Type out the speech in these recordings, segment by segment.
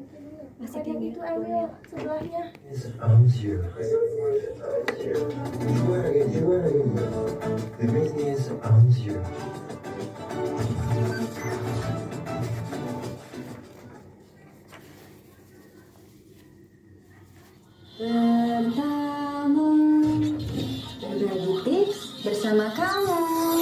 Masih tinggi itu Emil sebelahnya. Bertamu berbagi tips bersama kamu.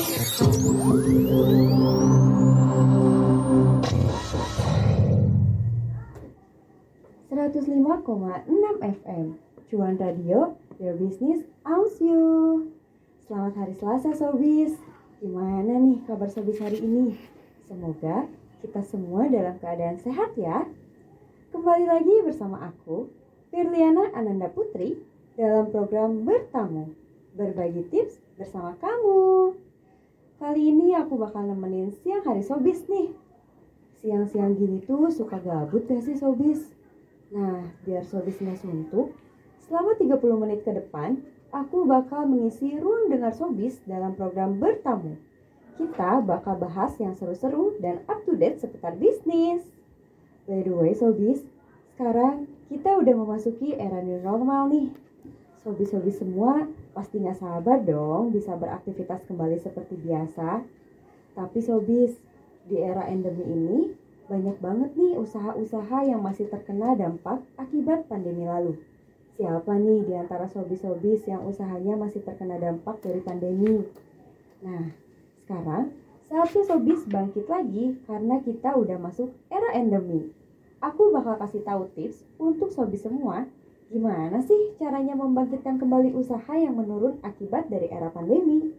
105,6 FM Cuan Radio, your business owns you. Selamat hari Selasa Sobis. Gimana nih kabar Sobis hari ini? Semoga kita semua dalam keadaan sehat ya. Kembali lagi bersama aku Firliana Ananda Putri dalam program Bertamu, berbagi tips bersama kamu. Kali ini aku bakal nemenin siang hari Sobis nih. Siang-siang gini tuh suka gabut gak sih Sobis? Nah, biar Sobis gak suntuk, selama 30 menit ke depan, aku bakal mengisi ruang dengar Sobis dalam program Bertamu. Kita bakal bahas yang seru-seru dan up to date seputar bisnis. By the way Sobis, sekarang kita udah memasuki era new normal nih. Sobis-sobis semua pasti gak sabar dong bisa beraktivitas kembali seperti biasa. Tapi Sobis, di era endemi ini banyak banget nih usaha-usaha yang masih terkena dampak akibat pandemi lalu. Siapa nih di antara Sobis-sobis yang usahanya masih terkena dampak dari pandemi? Nah, sekarang saatnya Sobis bangkit lagi karena kita udah masuk era endemi. Aku bakal kasih tahu tips untuk Sobis semua, gimana sih caranya membangkitkan kembali usaha yang menurun akibat dari era pandemi.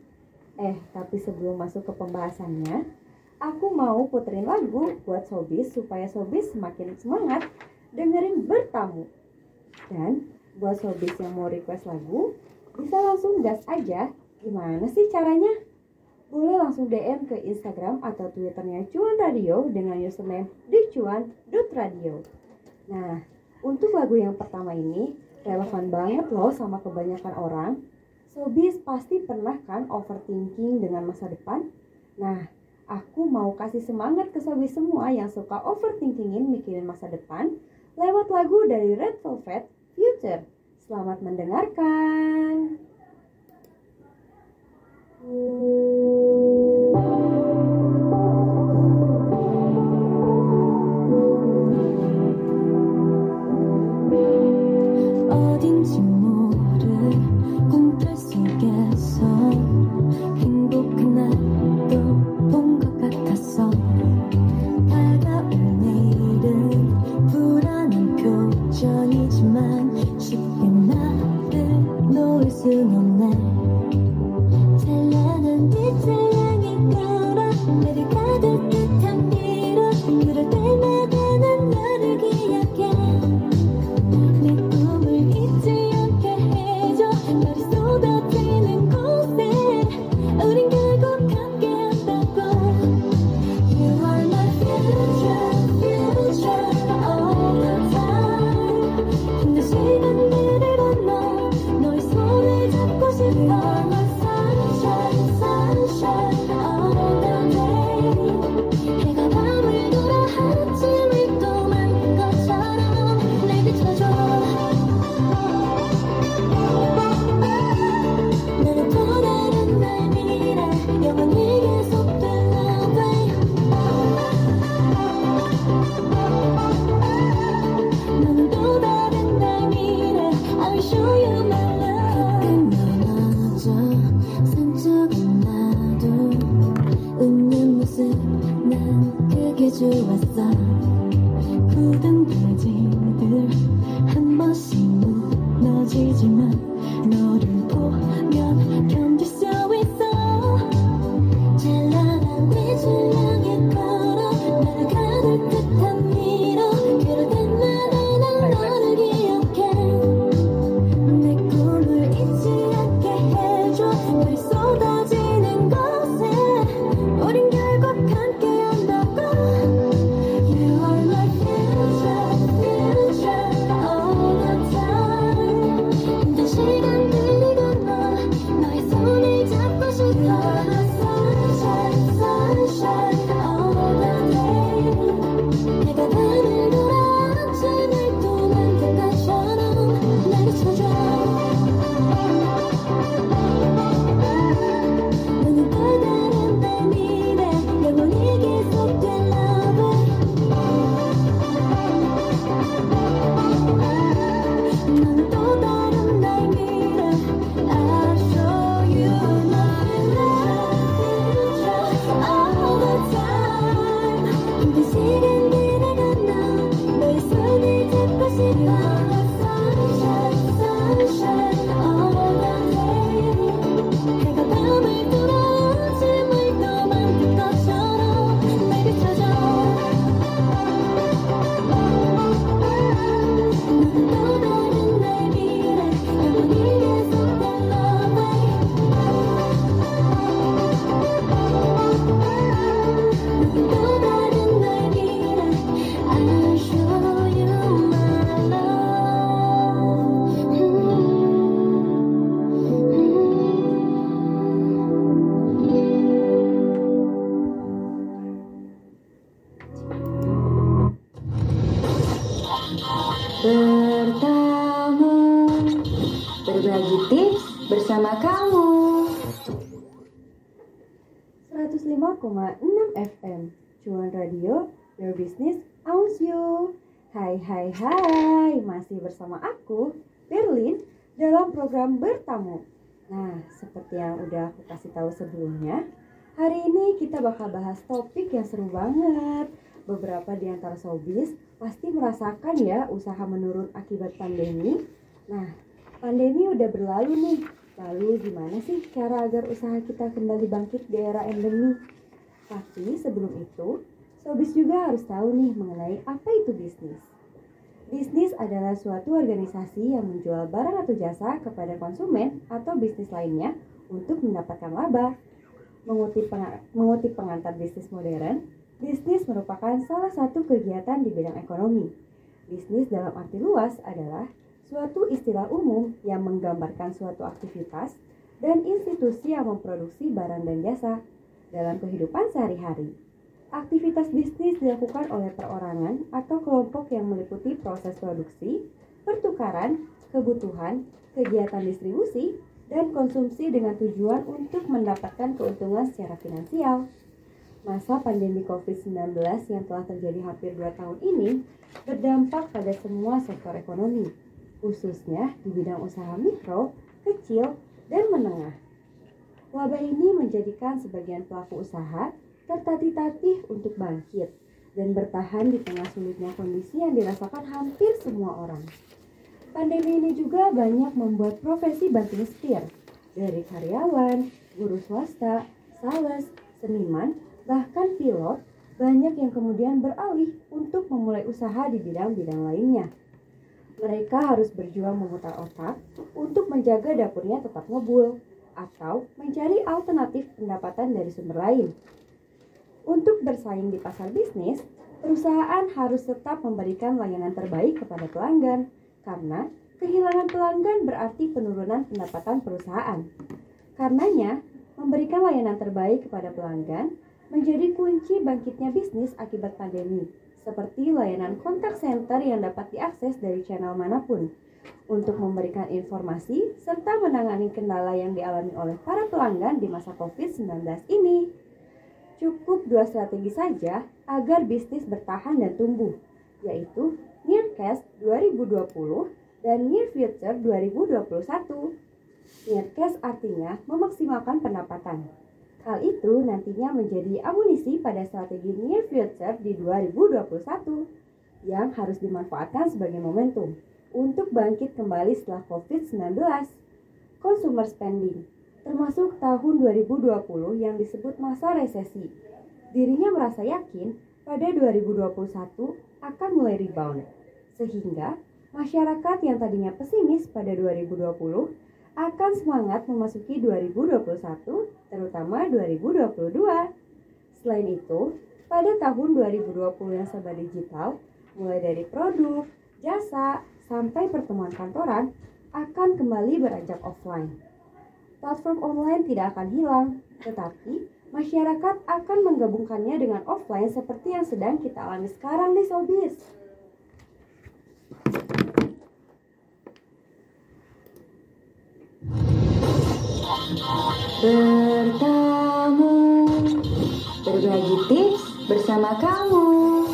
Tapi sebelum masuk ke pembahasannya, aku mau puterin lagu buat Sobis supaya Sobis semakin semangat dengerin Bertamu. Dan buat Sobis yang mau request lagu, bisa langsung gas aja. Gimana sih caranya? Boleh langsung DM ke Instagram atau Twitternya Cuan Radio dengan username @cuan.radio. Nah, untuk lagu yang pertama ini relevan banget loh sama kebanyakan orang. Sobis pasti pernah kan overthinking dengan masa depan? Nah, aku mau kasih semangat ke Sobis semua yang suka overthinkingin mikirin masa depan lewat lagu dari Red Velvet, Future. Selamat mendengarkan. 어딘지 모를 꿈틀 속에서 행복한 날도 본 것 같았어. 다가올 내일은 불안한 표정이지만 쉽게 나를 놓을 순 없네. 찬란한 빛을 향해 걸어 나를 가득한 미로 그럴 때마다 난 너를 기억해. 내 꿈을 잊지 않게 해줘. 별이 쏟아지는 곳에 우린 결국 함께한다고. You are my future, future all the time. 힘든 시간들을 건너 너의 손을 잡고 싶어. My sunshine, sunshine all the day. 해가 밤을 돌아 아침을 또 만 것처럼 날 비춰줘. 나는 또 다른 날 미래 영원히 계속될 love way. 나는 또 다른 날 미래 I will show you my love. 끊어져 산적은 나도 웃는 모습 난 그게 좋았어. 굳은 바지들 한 번씩 무너지지만 너를 보면 견딜 수 있어. 찬란한 빛을 향해 걸어 나를 가득한 미로 그럴 때마다 난 너를 기억해. 내 꿈을 잊지 않게 해줘. 별이 쏟아지는 곳에 우린 결국 함께한다고. You are my future, future all the time. Bertamu, berbagi tips bersama kamu. 105,6 FM Cuan Radio, your business owns you. Hai, masih bersama aku, Berlin, dalam program Bertamu. Nah, seperti yang udah aku kasih tahu sebelumnya, hari ini kita bakal bahas topik yang seru banget. Beberapa di antara sobis pasti merasakan ya usaha menurun akibat pandemi. Nah, pandemi udah berlalu nih. Lalu gimana sih cara agar usaha kita kembali bangkit di era endemi? Tapi sebelum itu, sobis juga harus tahu nih mengenai apa itu bisnis. Bisnis adalah suatu organisasi yang menjual barang atau jasa kepada konsumen atau bisnis lainnya untuk mendapatkan laba. Mengutip pengantar bisnis modern, bisnis merupakan salah satu kegiatan di bidang ekonomi. Bisnis dalam arti luas adalah suatu istilah umum yang menggambarkan suatu aktivitas dan institusi yang memproduksi barang dan jasa dalam kehidupan sehari-hari. Aktivitas bisnis dilakukan oleh perorangan atau kelompok yang meliputi proses produksi, pertukaran, kebutuhan, kegiatan distribusi, dan konsumsi dengan tujuan untuk mendapatkan keuntungan secara finansial. Masa pandemi COVID-19 yang telah terjadi hampir 2 tahun ini berdampak pada semua sektor ekonomi, khususnya di bidang usaha mikro, kecil, dan menengah. Wabah ini menjadikan sebagian pelaku usaha tertatih-tatih untuk bangkit dan bertahan di tengah sulitnya kondisi yang dirasakan hampir semua orang. Pandemi ini juga banyak membuat profesi banting setir, dari karyawan, guru swasta, sales, seniman, bahkan pilot, banyak yang kemudian beralih untuk memulai usaha di bidang-bidang lainnya. Mereka harus berjuang memutar otak untuk menjaga dapurnya tetap ngebul, atau mencari alternatif pendapatan dari sumber lain. Untuk bersaing di pasar bisnis, perusahaan harus tetap memberikan layanan terbaik kepada pelanggan, karena kehilangan pelanggan berarti penurunan pendapatan perusahaan. Karenanya, memberikan layanan terbaik kepada pelanggan menjadi kunci bangkitnya bisnis akibat pandemi, seperti layanan kontak center yang dapat diakses dari channel manapun, untuk memberikan informasi serta menangani kendala yang dialami oleh para pelanggan di masa COVID-19 ini. Cukup 2 strategi saja agar bisnis bertahan dan tumbuh, yaitu Nearcast 2020 dan Near Future 2021. Nearcast artinya memaksimalkan pendapatan. Hal itu nantinya menjadi amunisi pada strategi Near Future di 2021 yang harus dimanfaatkan sebagai momentum untuk bangkit kembali setelah COVID-19. Consumer spending, termasuk tahun 2020 yang disebut masa resesi. Dirinya merasa yakin pada 2021 akan mulai rebound, sehingga masyarakat yang tadinya pesimis pada 2020 akan semangat memasuki 2021, terutama 2022. Selain itu, pada tahun 2020 yang serba digital, mulai dari produk, jasa, sampai pertemuan kantoran, akan kembali beranjak offline. Platform online tidak akan hilang, tetapi masyarakat akan menggabungkannya dengan offline seperti yang sedang kita alami sekarang nih Sobis. Bertamu, berbagi tips bersama kamu.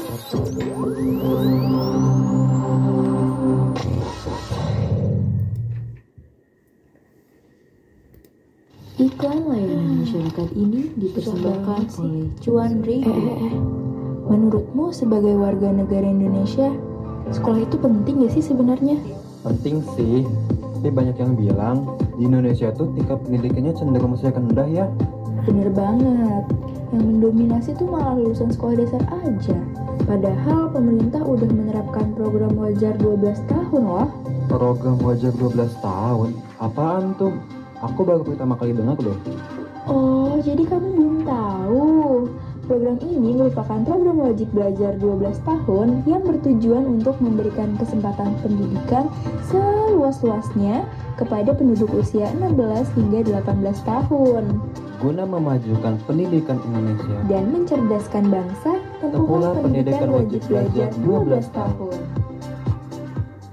Iklan layanan masyarakat ini dipersembahkan oleh Cuan Radio. Menurutmu sebagai warga negara Indonesia, sekolah itu penting gak sih sebenarnya? Penting sih, tapi banyak yang bilang di Indonesia tuh tingkat pendidikannya cenderung masih rendah ya. Bener banget, yang mendominasi tuh malah lulusan sekolah dasar aja. Padahal pemerintah udah menerapkan program wajar 12 tahun loh. Program wajar 12 tahun? Apaan tuh? Aku baru pertama kali dengar deh. Oh, jadi kamu belum tahu. Program ini merupakan program wajib belajar 12 tahun yang bertujuan untuk memberikan kesempatan pendidikan seluas-luasnya kepada penduduk usia 16 hingga 18 tahun. Guna memajukan pendidikan Indonesia Dan mencerdaskan bangsa, tempuhlah pendidikan wajib belajar 12 tahun.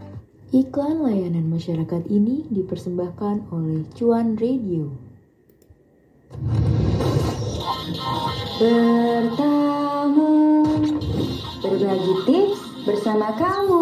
Iklan layanan masyarakat ini dipersembahkan oleh Cuan Radio. Bertamu, berbagi tips bersama kamu.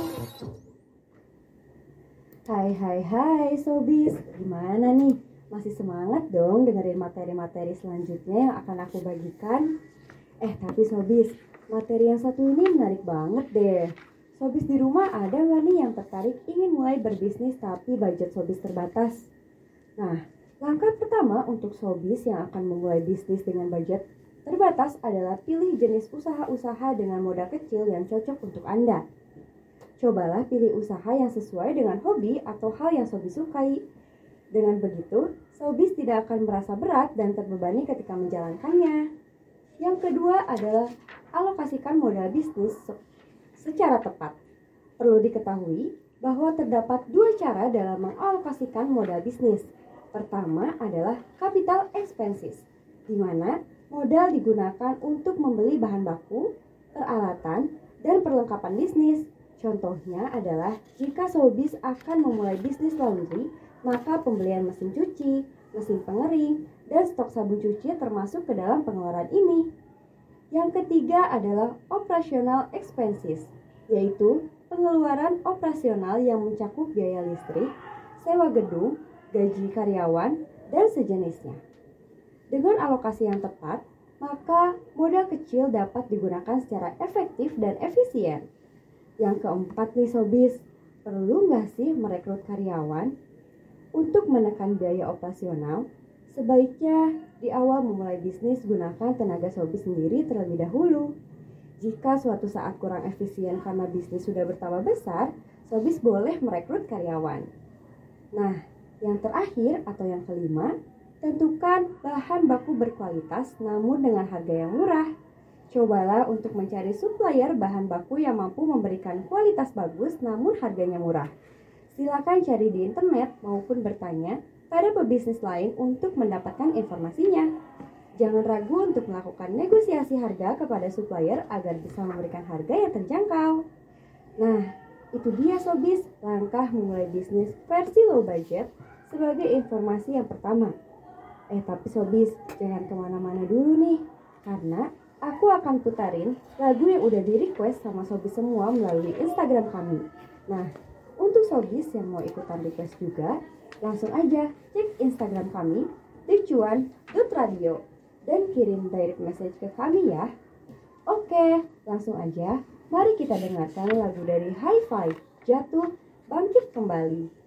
Hai Sobis, gimana nih? Masih semangat dong dengerin materi-materi selanjutnya yang akan aku bagikan? Tapi Sobis, materi yang satu ini menarik banget deh. Sobis di rumah ada nggak nih yang tertarik ingin mulai berbisnis tapi budget Sobis terbatas? Nah, langkah pertama untuk Sobis yang akan memulai bisnis dengan budget terbatas adalah pilih jenis usaha-usaha dengan modal kecil yang cocok untuk Anda. Cobalah pilih usaha yang sesuai dengan hobi atau hal yang Sobis sukai. Dengan begitu, Sobis tidak akan merasa berat dan terbebani ketika menjalankannya. Yang kedua adalah alokasikan modal bisnis secara tepat. Perlu diketahui bahwa terdapat dua cara dalam mengalokasikan modal bisnis. Pertama adalah capital expenses, di mana modal digunakan untuk membeli bahan baku, peralatan, dan perlengkapan bisnis. Contohnya adalah jika Sobis akan memulai bisnis laundry, maka pembelian mesin cuci, mesin pengering, dan stok sabun cuci termasuk ke dalam pengeluaran ini. Yang ketiga adalah operational expenses, yaitu pengeluaran operasional yang mencakup biaya listrik, sewa gedung, gaji karyawan, dan sejenisnya. Dengan alokasi yang tepat, maka modal kecil dapat digunakan secara efektif dan efisien. Yang keempat nih Sobis, perlu nggak sih merekrut karyawan? Untuk menekan biaya operasional, sebaiknya di awal memulai bisnis gunakan tenaga Sobis sendiri terlebih dahulu. Jika suatu saat kurang efisien karena bisnis sudah bertambah besar, Sobis boleh merekrut karyawan. Nah, yang terakhir atau yang kelima, tentukan bahan baku berkualitas namun dengan harga yang murah. Cobalah untuk mencari supplier bahan baku yang mampu memberikan kualitas bagus namun harganya murah. Silakan cari di internet maupun bertanya pada pebisnis lain untuk mendapatkan informasinya. Jangan ragu untuk melakukan negosiasi harga kepada supplier agar bisa memberikan harga yang terjangkau. Nah, itu dia Sobis, langkah memulai bisnis versi low budget sebagai informasi yang pertama. Tapi Sobis, jangan kemana-mana dulu nih, karena aku akan putarin lagu yang udah di-request sama Sobis semua melalui Instagram kami. Nah, untuk Sobis yang mau ikutan request juga, langsung aja cek Instagram kami di cuan.radio dan kirim direct message ke kami ya. Oke, langsung aja. Mari kita dengarkan lagu dari High Five, Jatuh Bangkit Kembali.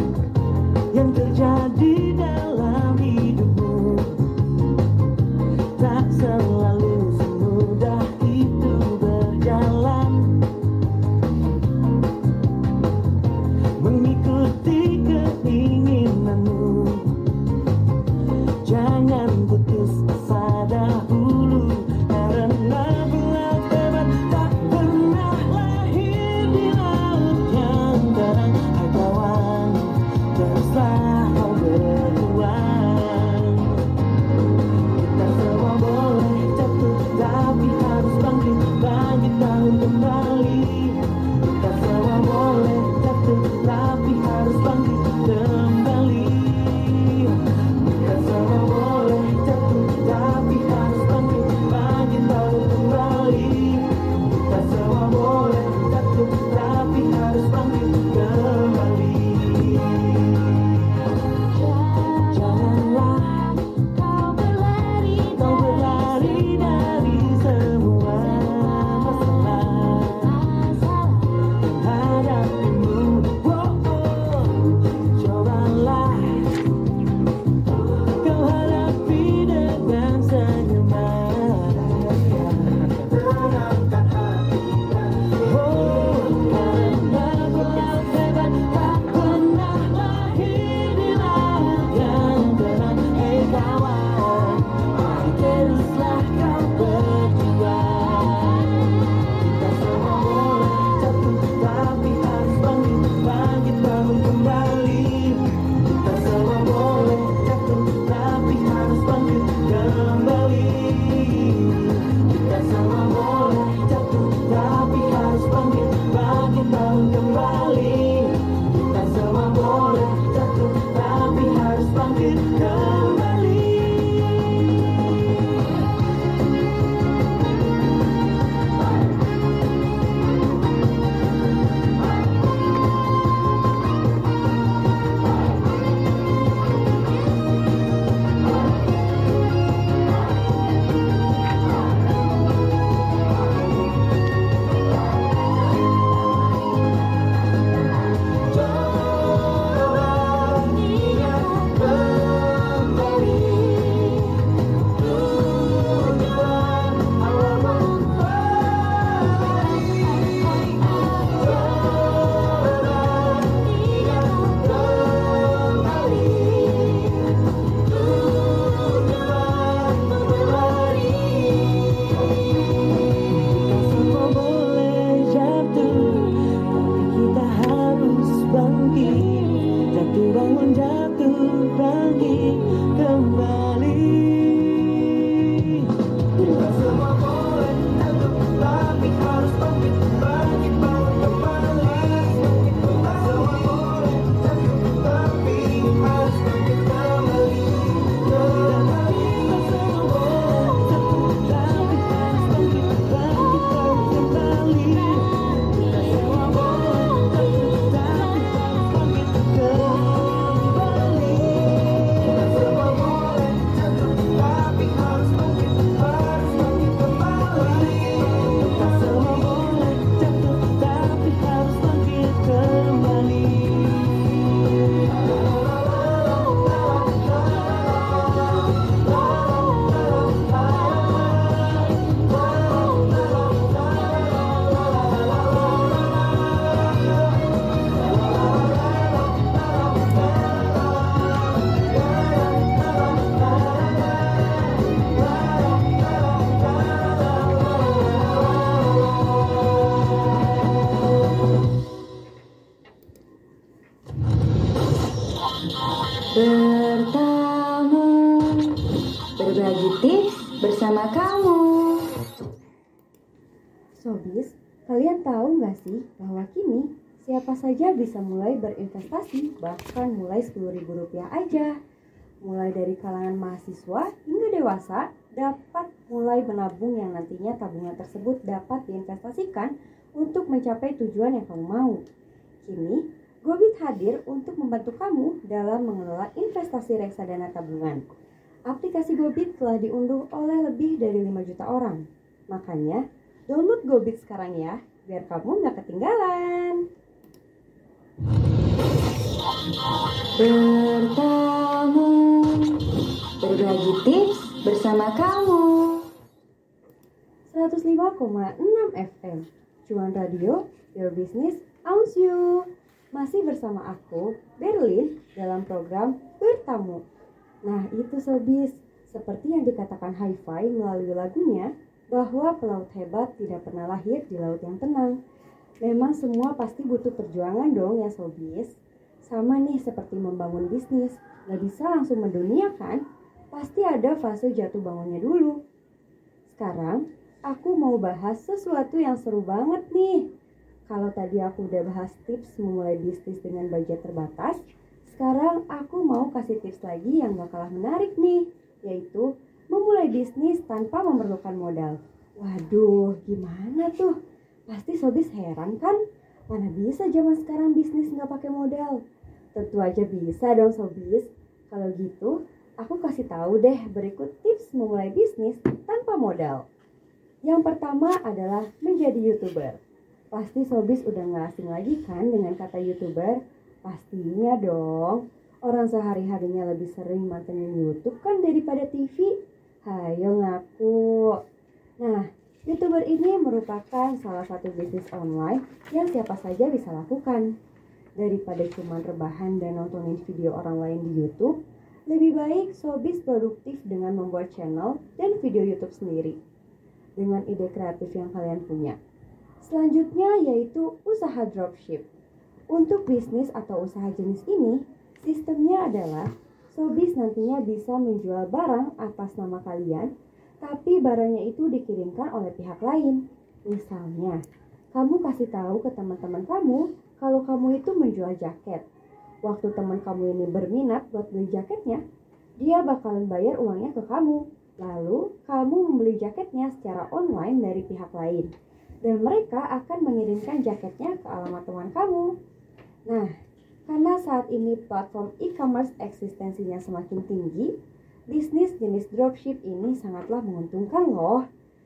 Yang terjadi dalam hidupmu bangkit kembali. Bertamu, berbagi tips bersama kamu. Sobis, kalian tahu nggak sih bahwa kini siapa saja bisa mulai berinvestasi, bahkan mulai Rp10.000 aja. Mulai dari kalangan mahasiswa hingga dewasa dapat mulai menabung yang nantinya tabungan tersebut dapat diinvestasikan untuk mencapai tujuan yang kamu mau. Kini, Gobit hadir untuk membantu kamu dalam mengelola investasi reksadana tabungan. Aplikasi Gobit telah diunduh oleh lebih dari 5 juta orang. Makanya, download Gobit sekarang ya, biar kamu nggak ketinggalan. Bertamu, berbagi tips bersama kamu. 105,6 FM, Cuan Radio, Your Business Owns You. Masih bersama aku, Berlin, dalam program Bertamu. Nah itu Sobis, seperti yang dikatakan Hi-Fi melalui lagunya, bahwa pelaut hebat tidak pernah lahir di laut yang tenang. Memang semua pasti butuh perjuangan dong ya Sobis. Sama nih seperti membangun bisnis, gak bisa langsung mendunia kan? Pasti ada fase jatuh bangunnya dulu. Sekarang, aku mau bahas sesuatu yang seru banget nih. Kalau tadi aku udah bahas tips memulai bisnis dengan budget terbatas, sekarang aku mau kasih tips lagi yang gak kalah menarik nih, yaitu memulai bisnis tanpa memerlukan modal. Waduh, gimana tuh? Pasti Sobis heran kan? Mana bisa zaman sekarang bisnis gak pakai modal? Tentu aja bisa dong Sobis. Kalau gitu, aku kasih tahu deh berikut tips memulai bisnis tanpa modal. Yang pertama adalah menjadi YouTuber. Pasti Sobis udah gak asing lagi kan dengan kata YouTuber? Pastinya dong. Orang sehari-harinya lebih sering mantengin YouTube kan daripada TV. Hayo ngaku. Nah, YouTuber ini merupakan salah satu bisnis online yang siapa saja bisa lakukan. Daripada cuma rebahan dan nontonin video orang lain di YouTube, lebih baik Sobis produktif dengan membuat channel dan video YouTube sendiri dengan ide kreatif yang kalian punya. Selanjutnya yaitu usaha dropship. Untuk bisnis atau usaha jenis ini, sistemnya adalah Sobis nantinya bisa menjual barang atas nama kalian, tapi barangnya itu dikirimkan oleh pihak lain. Misalnya, kamu kasih tahu ke teman-teman kamu kalau kamu itu menjual jaket. waktu teman kamu ini berminat buat beli jaketnya, dia bakalan bayar uangnya ke kamu. Lalu, kamu membeli jaketnya secara online dari pihak lain. Dan mereka akan mengirimkan jaketnya ke alamat teman kamu. Nah, karena saat ini platform e-commerce eksistensinya semakin tinggi, bisnis jenis dropship ini sangatlah menguntungkan loh.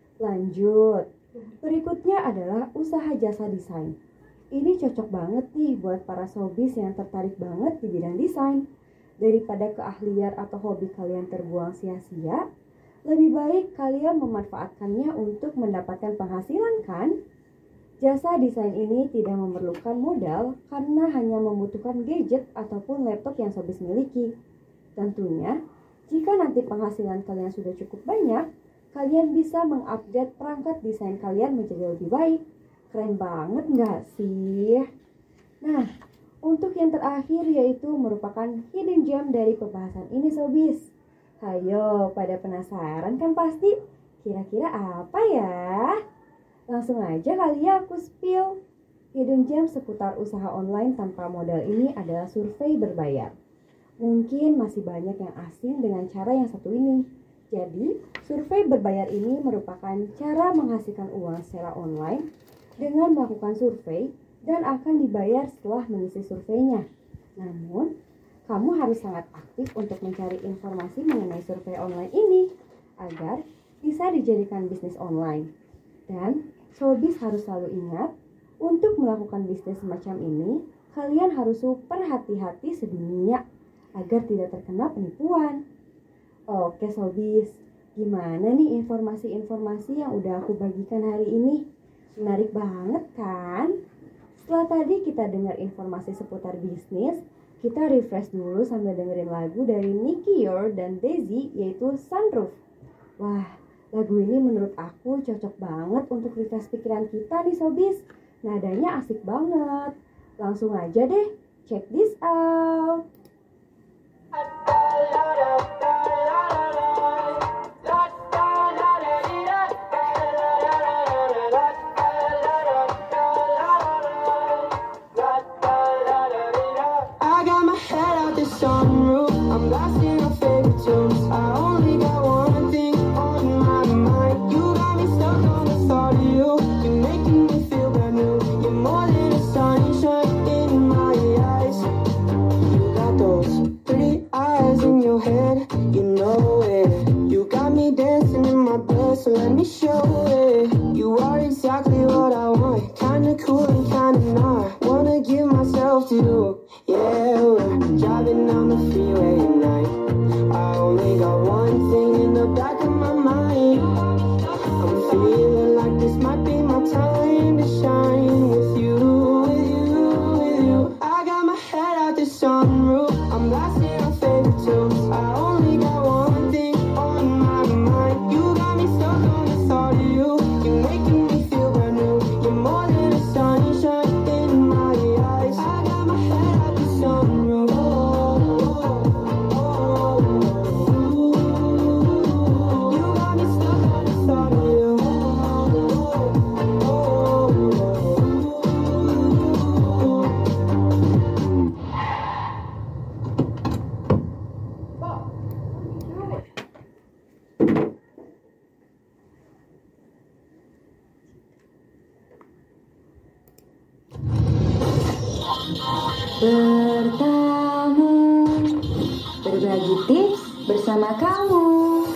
Lanjut, berikutnya adalah usaha jasa desain. Ini cocok banget nih buat para showbiz yang tertarik banget di bidang desain. Daripada keahlian atau hobi kalian terbuang sia-sia, lebih baik kalian memanfaatkannya untuk mendapatkan penghasilan kan? Jasa desain ini tidak memerlukan modal karena hanya membutuhkan gadget ataupun laptop yang showbiz miliki. Tentunya, jika nanti penghasilan kalian sudah cukup banyak, kalian bisa mengupdate perangkat desain kalian menjadi lebih baik. Keren banget nggak sih? Nah, untuk yang terakhir yaitu merupakan hidden gem dari pembahasan ini showbiz. Hayo, pada penasaran kan pasti? Kira-kira apa ya? Langsung aja kali ya aku spill. Hidden gem seputar usaha online tanpa modal ini adalah survei berbayar. Mungkin masih banyak yang asing dengan cara yang satu ini. Jadi, survei berbayar ini merupakan cara menghasilkan uang secara online dengan melakukan survei dan akan dibayar setelah mengisi surveinya. Namun, kamu harus sangat aktif untuk mencari informasi mengenai survei online ini agar bisa dijadikan bisnis online. Dan showbiz harus selalu ingat, untuk melakukan bisnis semacam ini, kalian harus super hati-hati sedunia agar tidak terkena penipuan. Oke showbiz, gimana nih informasi-informasi yang udah aku bagikan hari ini? Menarik banget kan? Setelah tadi kita dengar informasi seputar bisnis, kita refresh dulu sambil dengerin lagu dari Nicky Yor dan Daisy yaitu Sunroof. Wah, lagu ini menurut aku cocok banget untuk refresh pikiran kita nih showbiz. Nadanya asik banget. Langsung aja deh, check this out. So let me show it. You are exactly what I want. Kinda cool and kinda not. Wanna give myself to you. Yeah, we're driving down the freeway at night. I only got one thing in the back of my mind. I'm feeling like this might be my time to shine. With you, with you, with you. I got my head out the sunroof. I'm blasting our favorite tunes. I only got one thing on my mind. You got me stuck on the thought of you. You're making me feel brand new. You're more than a sunshine in my eyes. I got my head out the sunroof. You got me stuck on the thought of you. Bertamu, berbagi tips bersama kamu.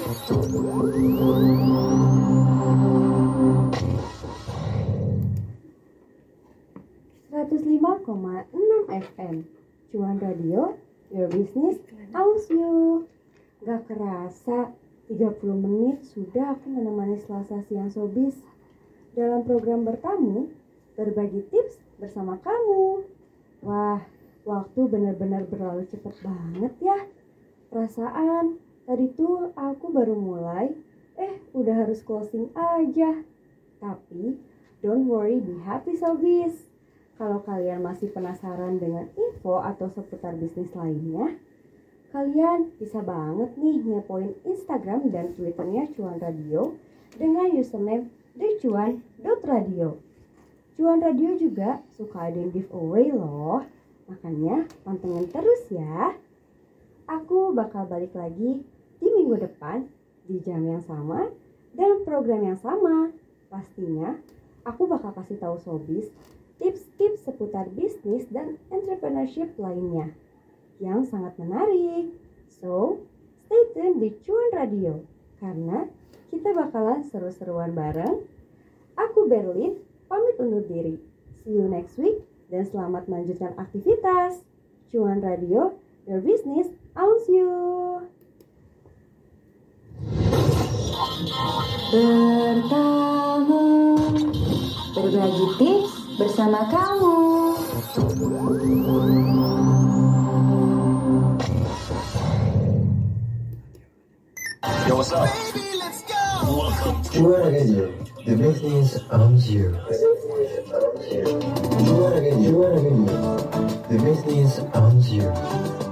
FM, Cuan Radio, Your Business Owns You. Gak kerasa, 30 menit sudah aku menemani Selasa siang showbiz dalam program bertamu, berbagi tips bersama kamu. Wah, waktu benar-benar berlalu cepat banget ya. Perasaan tadi tuh aku baru mulai, udah harus closing aja. Tapi don't worry, be happy showbiz. Kalau kalian masih penasaran dengan info atau seputar bisnis lainnya, kalian bisa banget nih ngepoin Instagram dan Twitternya Cuan Radio dengan username thecuan.radio. Cuan Radio juga suka ada giveaway loh. Makanya pantengin terus ya. Aku bakal balik lagi di minggu depan di jam yang sama dan program yang sama. Pastinya aku bakal kasih tahu Sobis tips-tips seputar bisnis dan entrepreneurship lainnya yang sangat menarik. So, stay tune di Cuan Radio karena kita bakalan seru-seruan bareng. Aku Berlin, pamit undur diri. See you next week dan selamat melanjutkan aktivitas. Cuan Radio, your business owns you. Bertamu, berbagi tips bersama kamu. Yo, what's up? Cuan Radio, the business owns you. Cuan Radio, the business owns you.